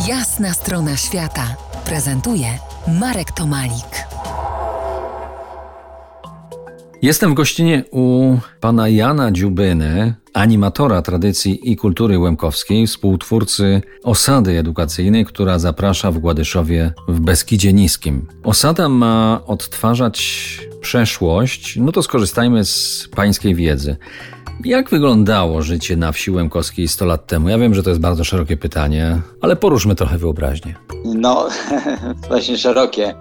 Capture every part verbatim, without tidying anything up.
Jasna strona świata prezentuje Marek Tomalik. Jestem w gościnie u pana Jana Dziubyny, animatora tradycji i kultury łemkowskiej, współtwórcy osady edukacyjnej, która zaprasza w Gładyszowie w Beskidzie Niskim. Osada ma odtwarzać przeszłość, no to skorzystajmy z pańskiej wiedzy. Jak wyglądało życie na wsi łemkowskiej sto lat temu? Ja wiem, że to jest bardzo szerokie pytanie, ale poruszmy trochę wyobraźnię. No, właśnie szerokie.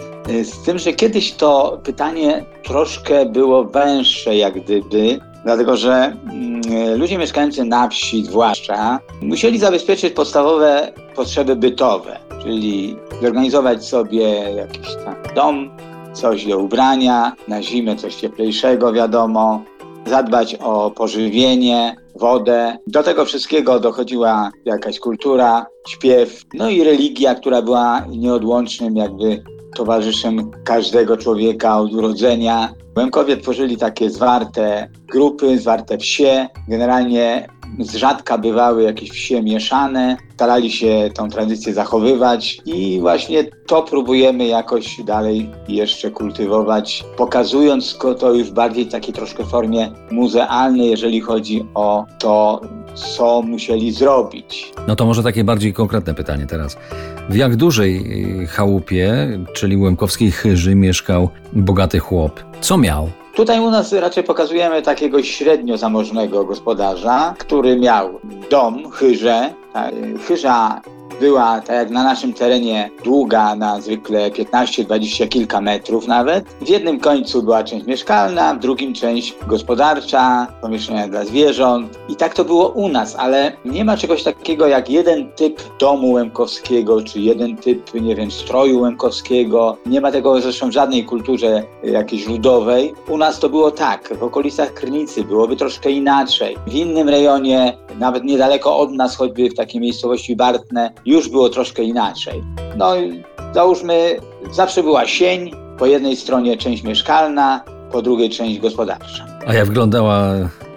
Z tym, że kiedyś to pytanie troszkę było węższe jak gdyby, dlatego że mm, ludzie mieszkający na wsi zwłaszcza musieli zabezpieczyć podstawowe potrzeby bytowe, czyli zorganizować sobie jakiś tam dom, coś do ubrania, na zimę coś cieplejszego wiadomo, zadbać o pożywienie, wodę. Do tego wszystkiego dochodziła jakaś kultura, śpiew, no i religia, która była nieodłącznym jakby towarzyszem każdego człowieka od urodzenia. Łemkowie tworzyli takie zwarte grupy, zwarte wsie. Generalnie z rzadka bywały jakieś wsie mieszane. Starali się tą tradycję zachowywać i właśnie to próbujemy jakoś dalej jeszcze kultywować, pokazując to już bardziej w takiej troszkę formie muzealnej, jeżeli chodzi o to, co musieli zrobić. No to może takie bardziej konkretne pytanie teraz. W jak dużej chałupie, czyli łemkowskiej chyży, mieszkał bogaty chłop? Co miał? Tutaj u nas raczej pokazujemy takiego średnio zamożnego gospodarza, który miał dom, chyżę. Ta chyża była, tak jak na naszym terenie, długa na zwykle piętnaście dwadzieścia kilka metrów nawet. W jednym końcu była część mieszkalna, w drugim część gospodarcza, pomieszczenia dla zwierząt. I tak to było u nas, ale nie ma czegoś takiego jak jeden typ domu łemkowskiego, czy jeden typ, nie wiem, stroju łemkowskiego. Nie ma tego zresztą w żadnej kulturze jakiejś ludowej. U nas to było tak, w okolicach Krynicy byłoby troszkę inaczej. W innym rejonie, nawet niedaleko od nas, choćby w takiej miejscowości Bartne, już było troszkę inaczej. No załóżmy, zawsze była sień, po jednej stronie część mieszkalna, po drugiej część gospodarcza. A jak wyglądała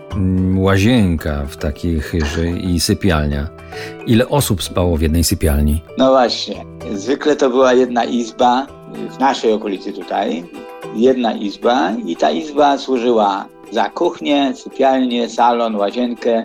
łazienka w takiej chyży i sypialnia? Ile osób spało w jednej sypialni? No właśnie, zwykle to była jedna izba, w naszej okolicy tutaj, jedna izba i ta izba służyła za kuchnię, sypialnię, salon, łazienkę.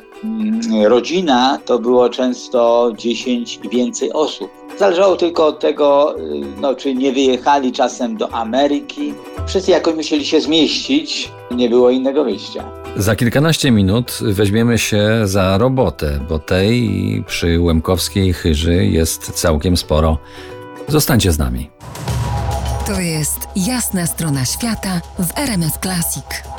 Rodzina to było często dziesięć i więcej osób. Zależało tylko od tego, no, czy nie wyjechali czasem do Ameryki. Wszyscy jakoś musieli się zmieścić, nie było innego wyjścia. Za kilkanaście minut weźmiemy się za robotę, bo tej przy łemkowskiej chyży jest całkiem sporo. Zostańcie z nami. To jest Jasna strona świata w R M F Classic.